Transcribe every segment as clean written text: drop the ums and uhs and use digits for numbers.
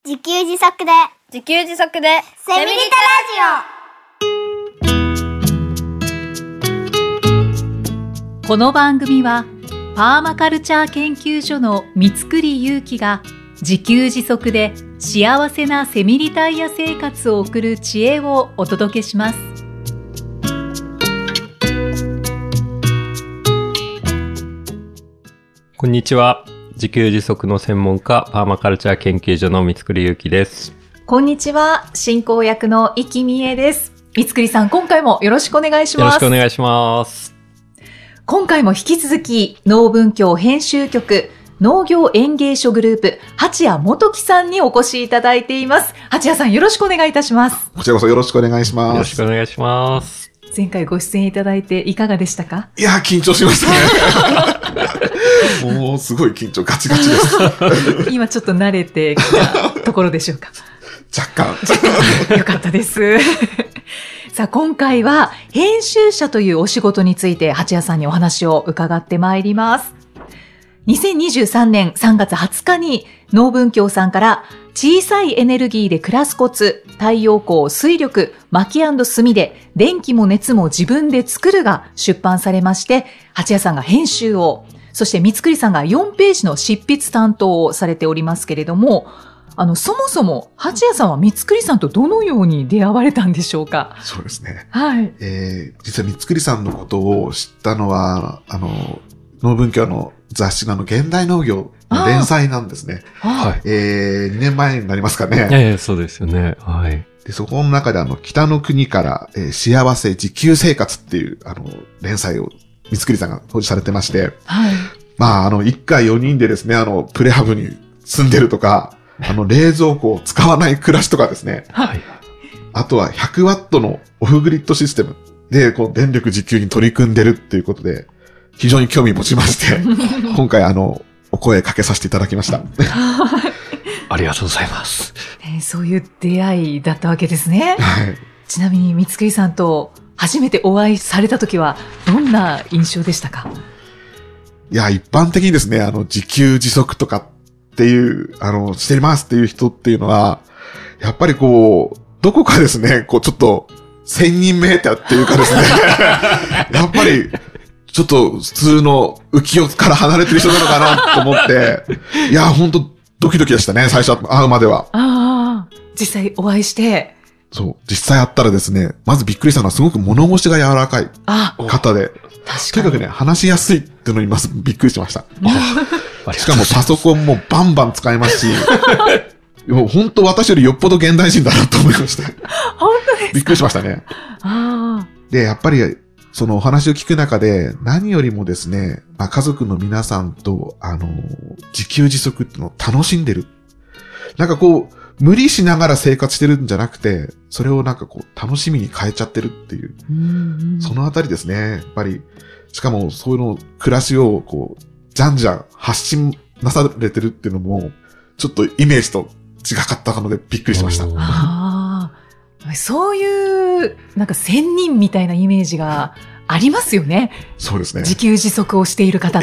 自給自足でセミリタラジオ。この番組はパーマカルチャー研究所の三栗祐希が自給自足で幸せなセミリタイヤ生活を送る知恵をお届けします。 こんにちは。自給自足の専門家、パーマカルチャー研究所の三栗祐希です。 こんにちは。進行役の生きみえです。三栗さん、今回もよろしくお願いします。 よろしくお願いします。 今回も引き続き、農文教編集局農業園芸所グループ、八谷元樹さんにお越しいただいています。八谷さん、よろしくお願いいたします。 こちらこそよろしくお願いします。 よろしくお願いします。 前回ご出演いただいていかがでしたか？ いや、緊張しましたね。もうすごい緊張、ガチガチです。 今ちょっと慣れてきたところでしょうか？ 若干。 よかったです。さあ、今回は編集者というお仕事について八谷さんにお話を伺ってまいります。2023年3月20日に農文教さんから小さいエネルギーで暮らすコツ、太陽光、水力、薪&炭で電気も熱も自分で作るが出版されまして、八谷さんが編集を、そして三栗さんが4ページの執筆担当をされておりますけれども、そもそも八谷さんは三栗さんとどのように出会われたんでしょうか？ そうですね。 はい。 実は三栗さんのことを知ったのは、農文教の雑誌の現代農業の連載なんですね。 はい。 2年前になりますかね。 いやいや、そうですよね。はい。 で、そこの中で北の国から、幸せ自給生活っていう、連載を三栗さんが当時されてまして、 はい。 まあ、一家4人でですね、プレハブに住んでるとか、冷蔵庫を使わない暮らしとかですね。 はい。 あとは100ワットのオフグリッドシステムで、電力自給に取り組んでるっていうことで、非常に興味持ちまして、今回お声かけさせていただきました。 ありがとうございます。 そういう出会いだったわけですね。 はい。 ちなみに三栗さんと初めてお会いされたときはどんな印象でしたか？ いや、一般的にですね、自給自足とかっていう、してますっていう人っていうのは、やっぱりどこかですね、ちょっと、千人メーターっていうかですね、やっぱり、ちょっと普通の浮世から離れてる人なのかなと思って、いや、ほんとドキドキでしたね、最初会うまでは。 ああ、実際お会いして。 そう、実際会ったらですね、まずびっくりしたのはすごく物腰が柔らかい方で、とにかくね、話しやすいっていうのにまずびっくりしました。しかもパソコンもバンバン使えますし、本当私よりよっぽど現代人だなと思いました。 本当ですか？ びっくりしましたね。で、やっぱり、そのお話を聞く中で、何よりもですね、家族の皆さんと、自給自足っていうのを楽しんでる。なんか無理しながら生活してるんじゃなくて、それをなんか楽しみに変えちゃってるっていう。そのあたりですね。やっぱり、しかもそういうの暮らしをじゃんじゃん発信なされてるっていうのも、ちょっとイメージと違かったのでびっくりしました。 そういう、なんか仙人みたいなイメージがありますよね。 そうですね。 自給自足をしている方って。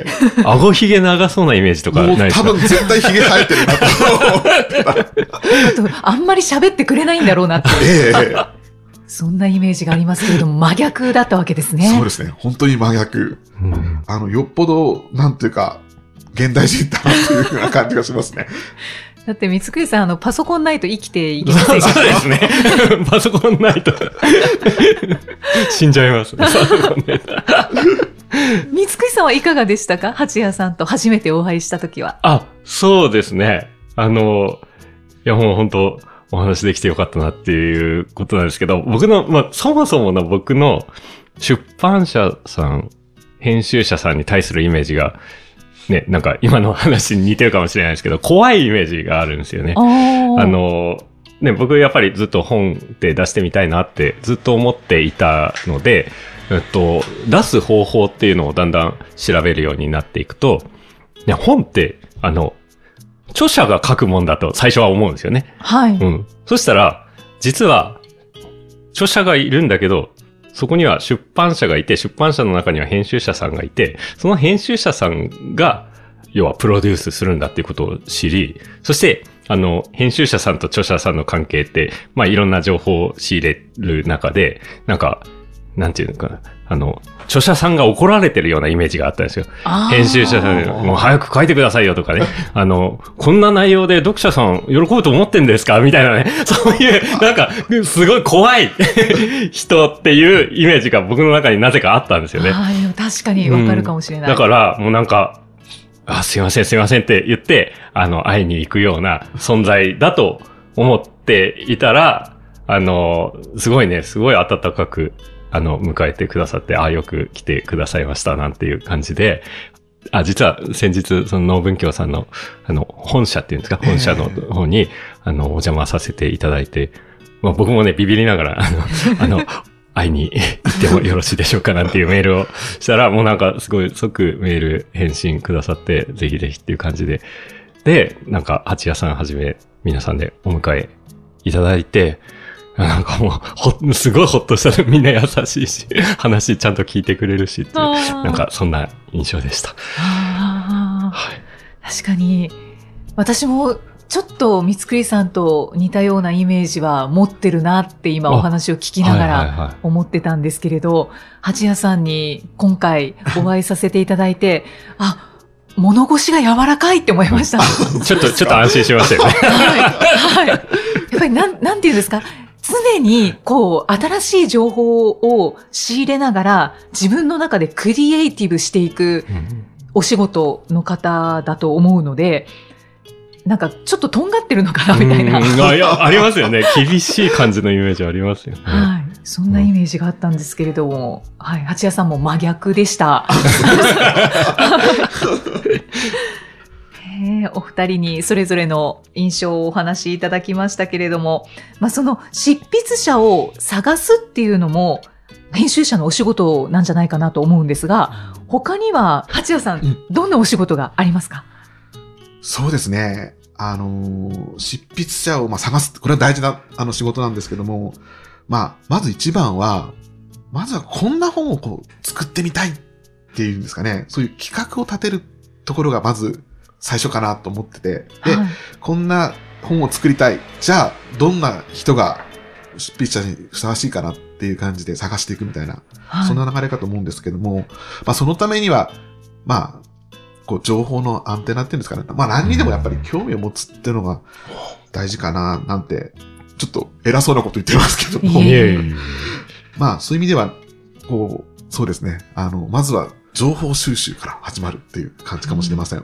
顎ひげ長そうなイメージとかないですか？ 多分絶対ひげ生えてるなと思ってた。 あと、あんまり喋ってくれないんだろうなって。そんなイメージがありますけれども、真逆だったわけですね。 そうですね。本当に真逆。よっぽど、なんていうか、現代人だなっていうふうな感じがしますね。 だって三栗さん、パソコンないと生きていけませんから。 そうですね。パソコンないと死んじゃいますね。 三栗さんはいかがでしたか？八谷さんと初めてお会いしたときは。 そうですね。いや、もう本当お話できてよかったなっていうことなんですけど、僕の、そもそもの僕の出版社さん、編集者さんに対するイメージが、ね、なんか今の話に似てるかもしれないですけど、怖いイメージがあるんですよね。ね、僕やっぱりずっと本で出してみたいなってずっと思っていたので、出す方法っていうのをだんだん調べるようになっていくと、ね、本って、著者が書くもんだと最初は思うんですよね。 はい。 そしたら、実は、著者がいるんだけど、そこには出版社がいて、出版社の中には編集者さんがいて、その編集者さんが、要はプロデュースするんだっていうことを知り、そして、 編集者さんと著者さんの関係って、まあ、いろんな情報を仕入れる中で、なんか、なんていうのかな。著者さんが怒られてるようなイメージがあったんですよ。編集者さんに、もう早く書いてくださいよとかね。こんな内容で読者さん喜ぶと思ってんですかみたいなね。そういう、なんか、すごい怖い人っていうイメージが僕の中になぜかあったんですよね。 確かにわかるかもしれない。 だから、もうなんか、すいませんって言って、会いに行くような存在だと思っていたら、すごい温かく、迎えてくださって、よく来てくださいました、なんていう感じで、実は先日、その農文教さんの、本社っていうんですか、本社の方に、お邪魔させていただいて、まあ僕もね、ビビりながら、会いに行ってもよろしいでしょうかなんていうメールをしたら、もうなんかすごい即メール返信くださって、ぜひぜひっていう感じで。で、なんか、八谷さんはじめ、皆さんでお迎えいただいて、なんかもう、すごいほっとしたらみんな優しいし、話ちゃんと聞いてくれるしっていう、なんかそんな印象でした。 はい、確かに、私もちょっと三つくりさんと似たようなイメージは持ってるなって今お話を聞きながら思ってたんですけれど、八谷さんに今回お会いさせていただいて、物腰が柔らかいって思いました。 ちょっと安心しましたよね。 はい。やっぱりなんていうんですか、常に新しい情報を仕入れながら自分の中でクリエイティブしていくお仕事の方だと思うので、なんかちょっととんがってるのかなみたいな。 いや、ありますよね。厳しい感じのイメージありますよね。 はい。そんなイメージがあったんですけれども、はい。八谷さんも真逆でした。お二人にそれぞれの印象をお話しいただきましたけれども、その執筆者を探すっていうのも編集者のお仕事なんじゃないかなと思うんですが、他には八谷さん、どんなお仕事がありますか？ そうですね。執筆者を探す。これは大事な仕事なんですけども、まず一番は、まずはこんな本を作ってみたいっていうんですかね。そういう企画を立てるところがまず最初かなと思ってて。で、こんな本を作りたい。じゃあ、どんな人が執筆者にふさわしいかなっていう感じで探していくみたいな、そんな流れかと思うんですけども、そのためには、情報のアンテナっていうんですかね。何にでもやっぱり興味を持つっていうのが大事かな、なんて、ちょっと偉そうなこと言ってますけども。そういう意味では、そうですね。まずは情報収集から始まるっていう感じかもしれません。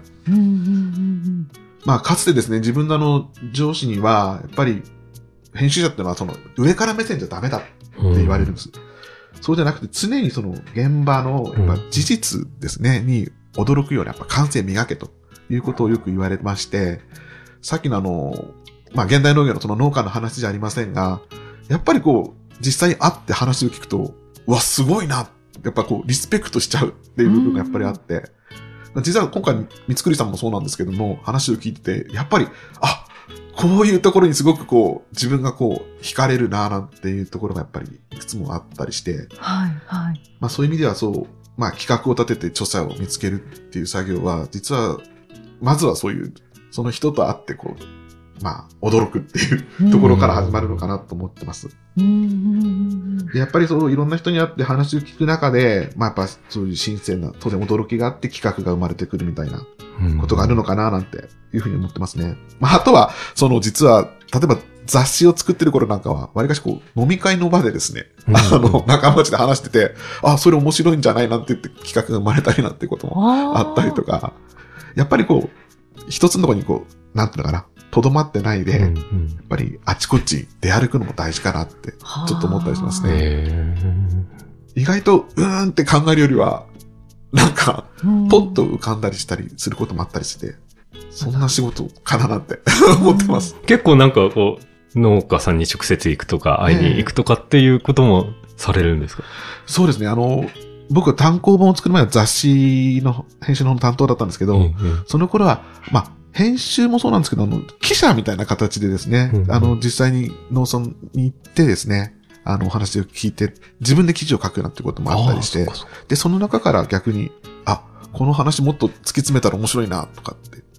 かつてですね、自分の上司には、やっぱり、編集者ってのは上から目線じゃダメだって言われるんです。そうじゃなくて、常に現場の、やっぱ事実ですね、に驚くように、やっぱ感性磨けということをよく言われまして、さっきの現代農業の農家の話じゃありませんが、やっぱり実際に会って話を聞くと、すごいな、やっぱリスペクトしちゃうっていう部分がやっぱりあって、実は今回、三つくりさんもそうなんですけども、話を聞いてて、やっぱり、こういうところにすごく自分が惹かれるな、なんていうところがやっぱりいくつもあったりして、そういう意味では企画を立てて著者を見つけるっていう作業は、実は、まずはそういう、その人と会って驚くっていうところから始まるのかなと思ってます。でやっぱりいろんな人に会って話を聞く中で、やっぱそういう新鮮な、当然驚きがあって企画が生まれてくるみたいなことがあるのかななんていうふうに思ってますね。あとは、実は、例えば雑誌を作ってる頃なんかは、わりかし飲み会の場でですね、仲間内で話してて、それ面白いんじゃないなんて言って企画が生まれたりなんてこともあったりとか、やっぱり一つのところになんていうのかな、とどまってないで、やっぱりあちこち出歩くのも大事かなって、ちょっと思ったりしますね。意外と、って考えるよりは、なんか、ポッと浮かんだりしたりすることもあったりして、そんな仕事かななんて思ってます。 結構なんか農家さんに直接行くとか、会いに行くとかっていうこともされるんですか？ そうですね。僕は単行本を作る前は雑誌の編集の担当だったんですけど、その頃は、編集もそうなんですけど、記者みたいな形でですね、実際に農村に行ってですね、お話を聞いて、自分で記事を書くなんてこともあったりして、で、その中から逆に、この話もっと突き詰めたら面白いな、とかって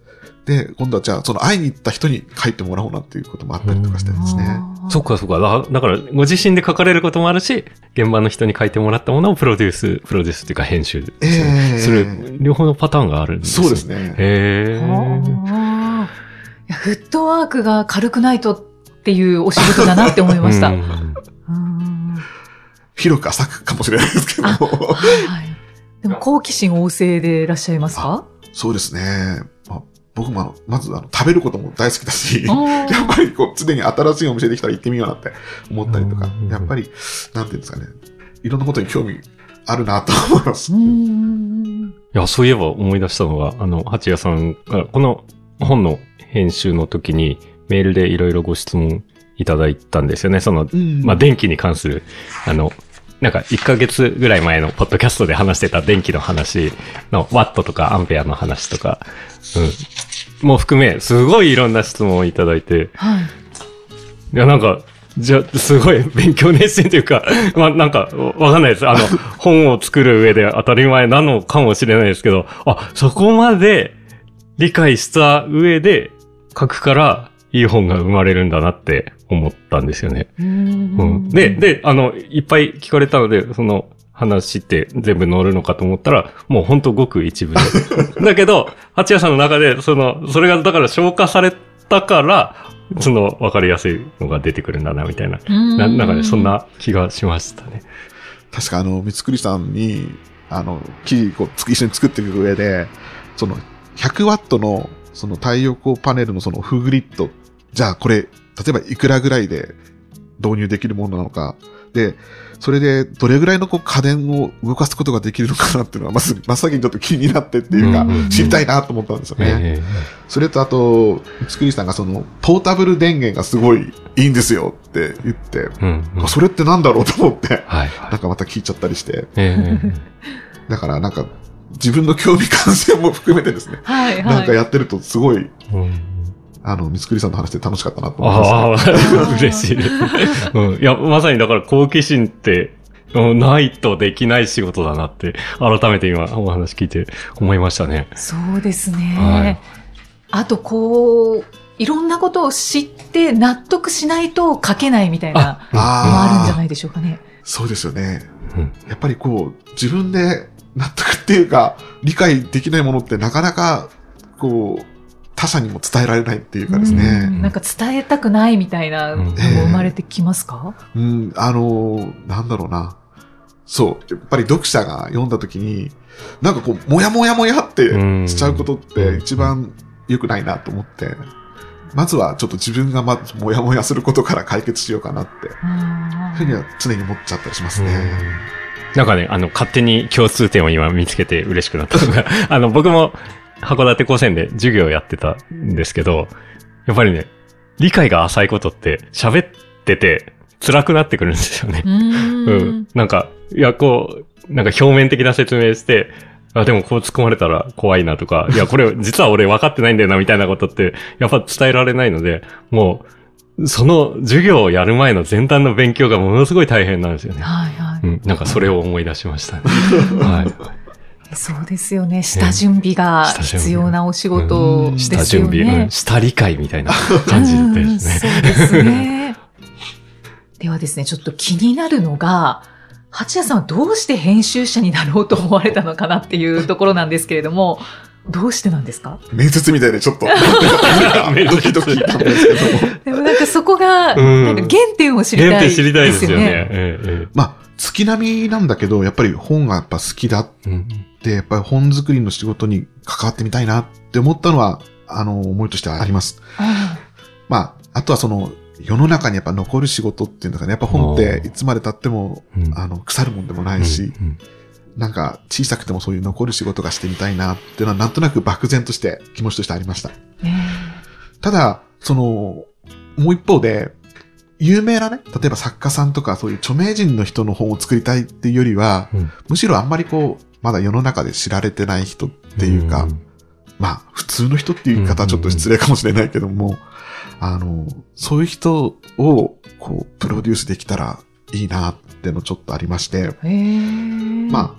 で、今度はじゃあ、その会いに行った人に書いてもらおうなっていうこともあったりとかしてですね。 そっかそっか。だから、ご自身で書かれることもあるし、現場の人に書いてもらったものをプロデュースっていうか編集する、両方のパターンがあるんですそうですね。 いやフットワークが軽くないとっていうお仕事だなって思いました。 広く浅くかもしれないですけども。 でも好奇心旺盛でいらっしゃいますか？ そうですね。僕もまず食べることも大好きだし、やっぱりこう常に新しいお店できたら行ってみようなって思ったりとか、やっぱり、なんていうんですかね、いろんなことに興味あるなと思います。いや、そういえば思い出したのが、八谷さんが、この本の編集の時にメールでいろいろご質問いただいたんですよね。電気に関する、なんか1ヶ月ぐらい前のポッドキャストで話してた電気の話のワットとかアンペアの話とか、もう含め、すごいいろんな質問をいただいて、いや、なんか、じゃあ、すごい勉強熱心というか、なんか、わかんないです。本を作る上で当たり前なのかもしれないですけど、そこまで理解した上で書くから、いい本が生まれるんだなって思ったんですよね。で、いっぱい聞かれたので、その話って全部載るのかと思ったら、もうほんとごく一部で。だけど、八谷さんの中で、それがだから消化されたから、わかりやすいのが出てくるんだな、みたいな。なんかね、そんな気がしましたね。 確か三つくりさんに、記事を一緒に作っていく上で、100ワットの、太陽光パネルのフグリッド、じゃあこれ、例えばいくらぐらいで導入できるものなのか。で、それでどれぐらいの家電を動かすことができるのかなっていうのは、真っ先にちょっと気になってっていうか、知りたいなと思ったんですよね。それとあと、つくりさんがポータブル電源がすごいいいんですよって言って、それってなんだろうと思って、なんかまた聞いちゃったりして。だからなんか、自分の興味関心も含めてですね、なんかやってるとすごい、三つくりさんの話で楽しかったなと思います、 嬉しいです。いや、まさにだから好奇心ってないとできない仕事だなって、改めて今お話聞いて思いましたね。 そうですね。あといろんなことを知って納得しないと書けないみたいなのもあるんじゃないでしょうかね。 そうですよね。やっぱり自分で納得っていうか、理解できないものってなかなか、他者にも伝えられないっていうかですね。 なんか伝えたくないみたいなのも生まれてきますか？ なんだろうな。そう。やっぱり読者が読んだ時に、なんかもやもやもやってしちゃうことって一番良くないなと思って、まずはちょっと自分がまずもやもやすることから解決しようかなって、ふうには常に思っちゃったりしますね。 なんかね、勝手に共通点を今見つけて嬉しくなったのが、僕も函館高専で授業をやってたんですけど、やっぱりね、理解が浅いことって喋ってて辛くなってくるんですよね。なんか、なんか表面的な説明して、でもこう突っ込まれたら怖いなとか、これ実は俺分かってないんだよなみたいなことって、やっぱ伝えられないので、もう、その授業をやる前の前段の勉強がものすごい大変なんですよね。なんかそれを思い出しましたね。 そうですよね。下準備が必要なお仕事ですよね。下準備、 下理解みたいな感じですね。 そうですね。ではですね、ちょっと気になるのが、八谷さんはどうして編集者になろうと思われたのかなっていうところなんですけれども、どうしてなんですか？ 面接みたいでちょっとドキドキなんですけども。 でもなんかそこが、なんか原点を知りたいですよね。 原点知りたいですよね。 月並みなんだけど、やっぱり本がやっぱ好きだって、やっぱり本作りの仕事に関わってみたいなって思ったのは、思いとしてはあります。あとは世の中にやっぱ残る仕事っていうのがね、やっぱ本っていつまで経っても、腐るもんでもないし、なんか小さくてもそういう残る仕事がしてみたいなっていうのはなんとなく漠然として気持ちとしてありました。ただ、もう一方で、有名なね、例えば作家さんとかそういう著名人の人の本を作りたいっていうよりは、むしろあんまりまだ世の中で知られてない人っていうか、普通の人っていう言い方はちょっと失礼かもしれないけども、そういう人をプロデュースできたらいいなってのちょっとありまして、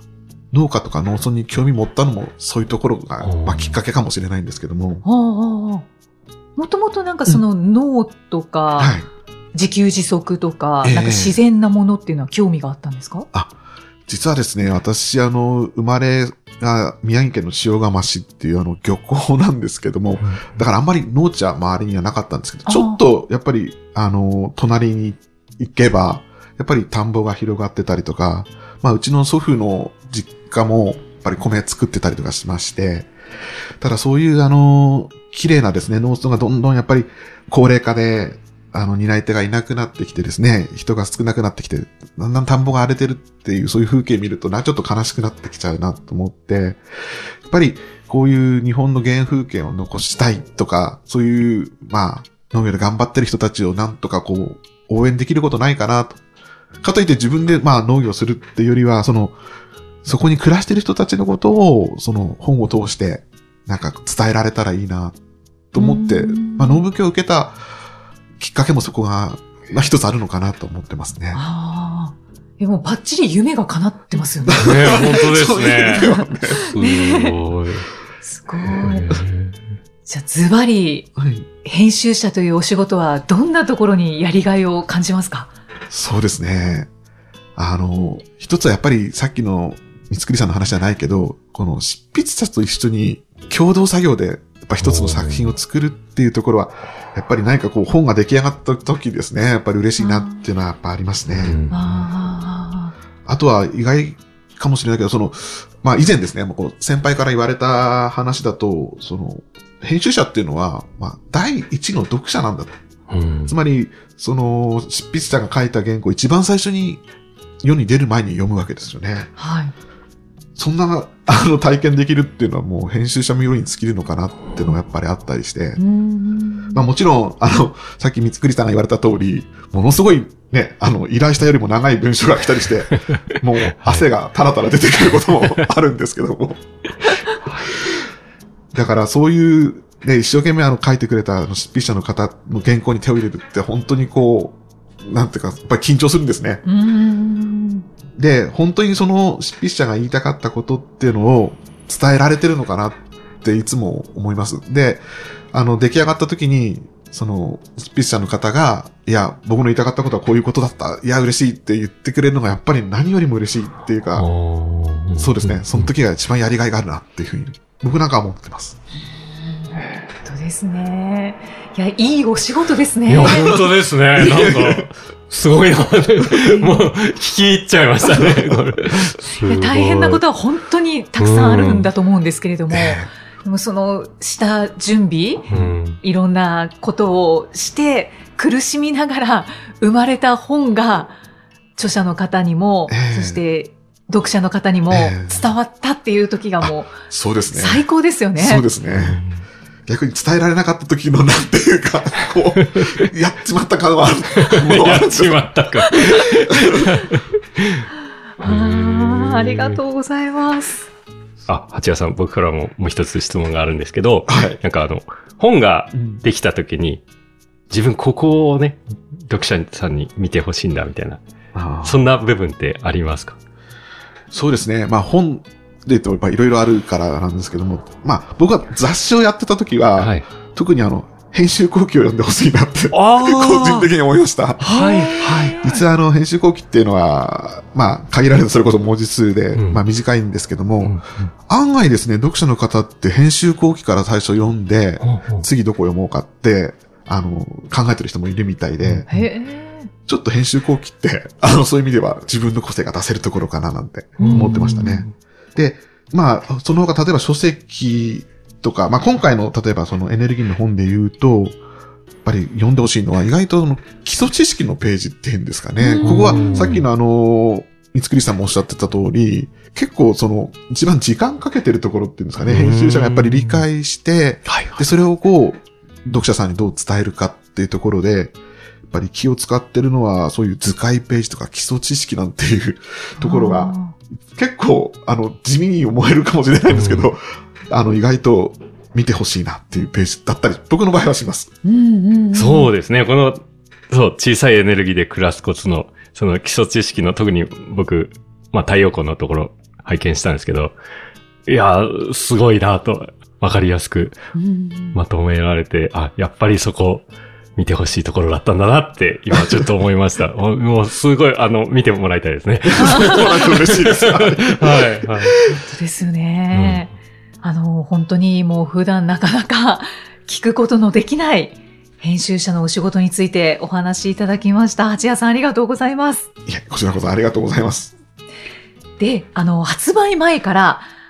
農家とか農村に興味持ったのもそういうところが、まあ、きっかけかもしれないんですけども。 もともとなんかその農とか、 はい。 自給自足とか、 ええなんか自然なものっていうのは興味があったんですか？ 実はですね、私、生まれが宮城県の塩釜市っていう漁港なんですけども、だからあんまり農地は周りにはなかったんですけど、ちょっとやっぱり、隣に行けば、やっぱり田んぼが広がってたりとか、まあ、うちの祖父の実家も、やっぱり米作ってたりとかしまして、ただそういう綺麗なですね、農村がどんどんやっぱり高齢化で、担い手がいなくなってきてですね、人が少なくなってきて、だんだん田んぼが荒れてるっていう、そういう風景見るとちょっと悲しくなってきちゃうなと思って、やっぱりこういう日本の原風景を残したいとか、そういう、まあ、農業で頑張ってる人たちをなんとかこう、応援できることないかなと。かといって自分でまあ農業するっていうよりは、そこに暮らしてる人たちのことを、本を通して、なんか伝えられたらいいなと思って、まあ農務教を受けたきっかけもそこが、まあ一つあるのかなと思ってますね。 でもバッチリ夢が叶ってますよね。 ね、本当ですね。すごい。 すごい。じゃあズバリ、編集者というお仕事はどんなところにやりがいを感じますか？ そうですね。一つはやっぱりさっきの三栗さんの話じゃないけど、この執筆者と一緒に共同作業でやっぱ一つの作品を作るっていうところは、やっぱり何かこう本が出来上がった時ですね、やっぱり嬉しいなっていうのはやっぱありますね。あとは意外かもしれないけど、まあ以前ですね、もうこう先輩から言われた話だと、編集者っていうのは、まあ第一の読者なんだと。つまり、執筆者が書いた原稿を一番最初に世に出る前に読むわけですよね。はい。そんな、体験できるっていうのはもう編集者無用に尽きるのかなっていうのがやっぱりあったりして。まあもちろん、さっき三栗さんが言われた通り、ものすごいね、依頼したよりも長い文章が来たりして、もう汗がタラタラ出てくることもあるんですけども。だからそういう、ね、一生懸命書いてくれた執筆者の方の原稿に手を入れるって本当にこう、なんていうか、やっぱり緊張するんですね。で、本当にその執筆者が言いたかったことっていうのを伝えられてるのかなっていつも思います。で、出来上がった時に、執筆者の方が、いや、僕の言いたかったことはこういうことだった。いや、嬉しいって言ってくれるのがやっぱり何よりも嬉しいっていうか、そうですね。その時が一番やりがいがあるなっていうふうに、僕なんかは思ってます。 本当ですね。いや、いいお仕事ですね。 いや、本当ですね。なんか、すごいな。もう、聞き入っちゃいましたね。これ大変なことは本当にたくさんあるんだと思うんですけれども、でもした準備、いろんなことをして苦しみながら生まれた本が著者の方にも、そして読者の方にも伝わったっていう時がもう、 そうですね。 最高ですよね。 そうですね。逆に伝えられなかった時のなんていうか、こう、やっちまった感はある。 やっちまったか。 ありがとうございます。 八谷さん、僕からもう一つ質問があるんですけど、 はい、 なんか本ができた時に、自分ここをね、読者さんに見てほしいんだみたいな、そんな部分ってありますか？ そうですね。まあ本で言うとやっぱいろいろあるからなんですけども、まあ僕は雑誌をやってた時は、はい、特に編集後期を読んでほしいなって、個人的に思いました。 はい、はい。 実は編集後期っていうのは、まあ限られたそれこそ文字数で、まあ短いんですけども、案外ですね、読者の方って編集後期から最初読んで、次どこ読もうかって、考えてる人もいるみたいで、ちょっと編集後期って、そういう意味では自分の個性が出せるところかななんて思ってましたね。で、まあ、その他例えば書籍とか、まあ今回の例えばそのエネルギーの本で言うと、やっぱり読んでほしいのは意外と基礎知識のページっていうんですかね。ここはさっきの三栗さんもおっしゃってた通り、結構一番時間かけてるところっていうんですかね。編集者がやっぱり理解して、で、それをこう、読者さんにどう伝えるかっていうところで、やっぱり気を使ってるのはそういう図解ページとか基礎知識なんていうところが、結構、地味に思えるかもしれないんですけど、意外と見てほしいなっていうページだったり、僕の場合はします。 そうですね。小さいエネルギーで暮らすコツの、その基礎知識の特に僕、まあ太陽光のところ拝見したんですけど、いや、すごいなと、わかりやすくまとめられて、やっぱりそこ、見てほしいところだったんだなって、今ちょっと思いました。もうすごい、見てもらいたいですね。 嬉しいです。はい。 そうですよね。本当にもう普段なかなか聞くことのできない編集者のお仕事についてお話しいただきました。八谷さんありがとうございます。 いや、こちらこそありがとうございます。 で、発売前から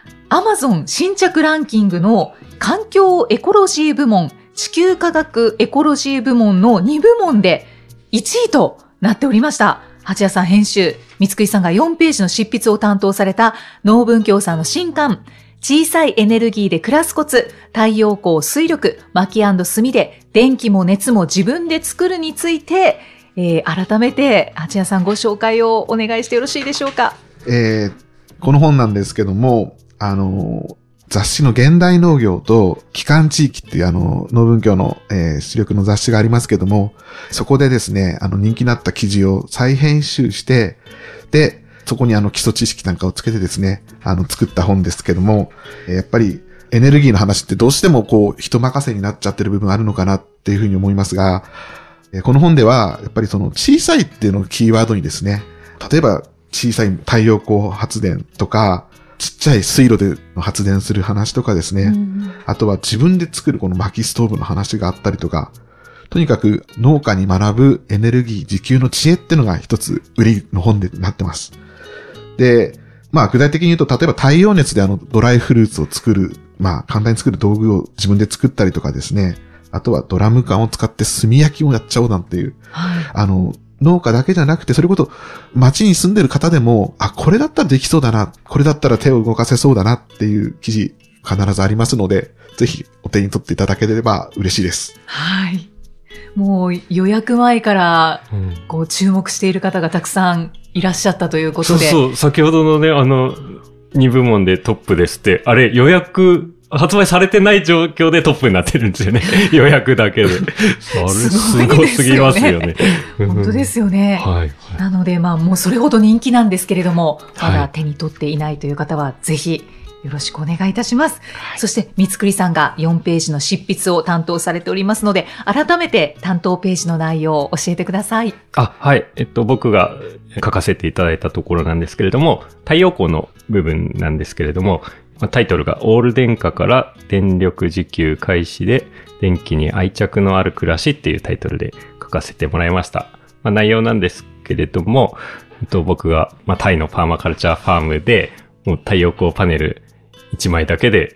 Amazon 新着ランキングの環境エコロジー部門、地球科学エコロジー部門の2部門で1位となっておりました。八谷さん編集、三つくりさんが4ページの執筆を担当された農文教さんの新刊、小さいエネルギーで暮らすコツ、太陽光、水力、薪&炭で電気も熱も自分で作るについて、改めて八谷さんご紹介をお願いしてよろしいでしょうか。 この本なんですけども、雑誌の現代農業と基幹地域っていう農文教の、主力の雑誌がありますけども、そこでですね、人気になった記事を再編集して、で、そこに基礎知識なんかをつけてですね、作った本ですけども、やっぱりエネルギーの話ってどうしても人任せになっちゃってる部分あるのかなっていうふうに思いますが、この本では、やっぱりその小さいっていうのをキーワードにですね、例えば小さい太陽光発電とか、ちっちゃい水路で発電する話とかですね、あとは自分で作るこの薪ストーブの話があったりとか、とにかく農家に学ぶエネルギー自給の知恵っていうのが一つ売りの本でなってます。で、具体的に言うと、例えば太陽熱でドライフルーツを作る、簡単に作る道具を自分で作ったりとかですね、あとはドラム缶を使って炭焼きをやっちゃおうなんていう、農家だけじゃなくて、それこそ街に住んでる方でも、これだったらできそうだな、これだったら手を動かせそうだなっていう記事必ずありますので、ぜひお手に取っていただければ嬉しいです。 はい。もう予約前から注目している方がたくさんいらっしゃったということで。 そう、先ほどのね、2部門でトップですって、あれ予約、発売されてない状況でトップになってるんですよね。予約だけで。それすごすぎますよね。 本当ですよね。はい。なので、もうそれほど人気なんですけれども、まだ手に取っていないという方は、ぜひ、よろしくお願いいたします。はい、そして、三つくりさんが4ページの執筆を担当されておりますので、改めて担当ページの内容を教えてください。 はい。僕が書かせていただいたところなんですけれども、太陽光の部分なんですけれども、タイトルがオール電化から電力自給開始で電気に愛着のある暮らしっていうタイトルで書かせてもらいました。内容なんですけれども、僕がタイのパーマカルチャーファームでもう太陽光パネル1枚だけで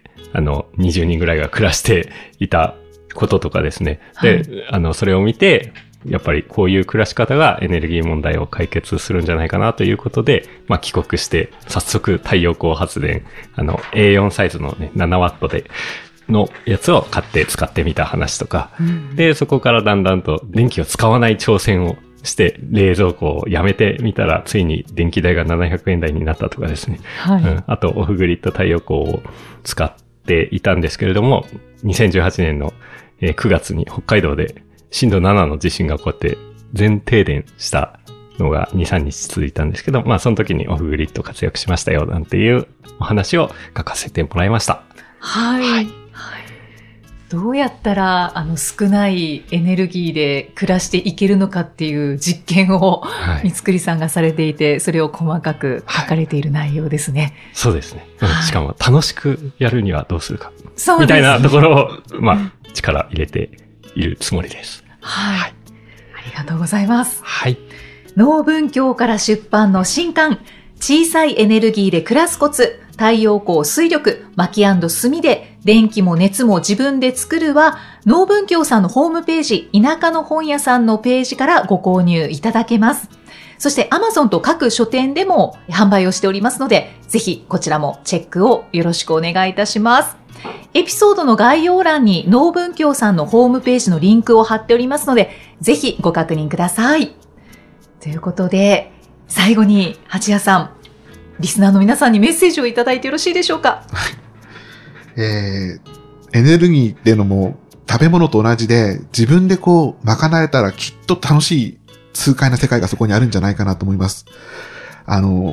20人ぐらいが暮らしていたこととかですね。で、それを見て、やっぱりこういう暮らし方がエネルギー問題を解決するんじゃないかなということで、帰国して早速太陽光発電、A4 サイズのね、7ワットでのやつを買って使ってみた話とか、で、そこからだんだんと電気を使わない挑戦をして冷蔵庫をやめてみたらついに電気代が700円台になったとかですね。あとオフグリッド太陽光を使っていたんですけれども、2018年の9月に北海道で震度7の地震が起こって全停電したのが 2,3 日続いたんですけど、その時にオフグリッド活躍しましたよなんていうお話を書かせてもらいました。 はい。どうやったら少ないエネルギーで暮らしていけるのかっていう実験を三つくりさんがされていて、それを細かく書かれている内容ですね。 そうですね。しかも楽しくやるにはどうするか。みたいなところを、力入れているつもりです。 はい。ありがとうございます。 はい。 農文教から出版の新刊、小さいエネルギーで暮らすコツ、太陽光、水力、薪&炭で電気も熱も自分で作るは、農文教さんのホームページ、田舎の本屋さんのページからご購入いただけます。そして Amazon と各書店でも販売をしておりますので、ぜひこちらもチェックをよろしくお願いいたします。エピソードの概要欄に農文教さんのホームページのリンクを貼っておりますので、ぜひご確認ください。ということで、最後に八谷さん、リスナーの皆さんにメッセージをいただいてよろしいでしょうか。 エネルギーっていうのも食べ物と同じで、自分で賄えたらきっと楽しい痛快な世界がそこにあるんじゃないかなと思います。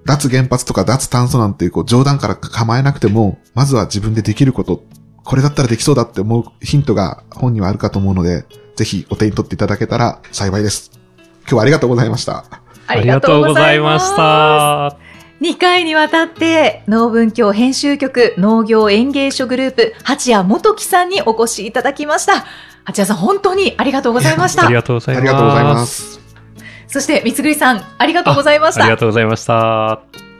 脱原発とか脱炭素なんていう冗談から構えなくても、まずは自分でできること、これだったらできそうだって思うヒントが本にはあるかと思うので、ぜひお手に取っていただけたら幸いです。今日はありがとうございました。 ありがとうございました。2回にわたって農文教編集局農業園芸所グループ八谷元樹さんにお越しいただきました。八谷さん本当にありがとうございました。 ありがとうございます。 ありがとうございます。 そして三栗さんありがとうございました。 ありがとうございました。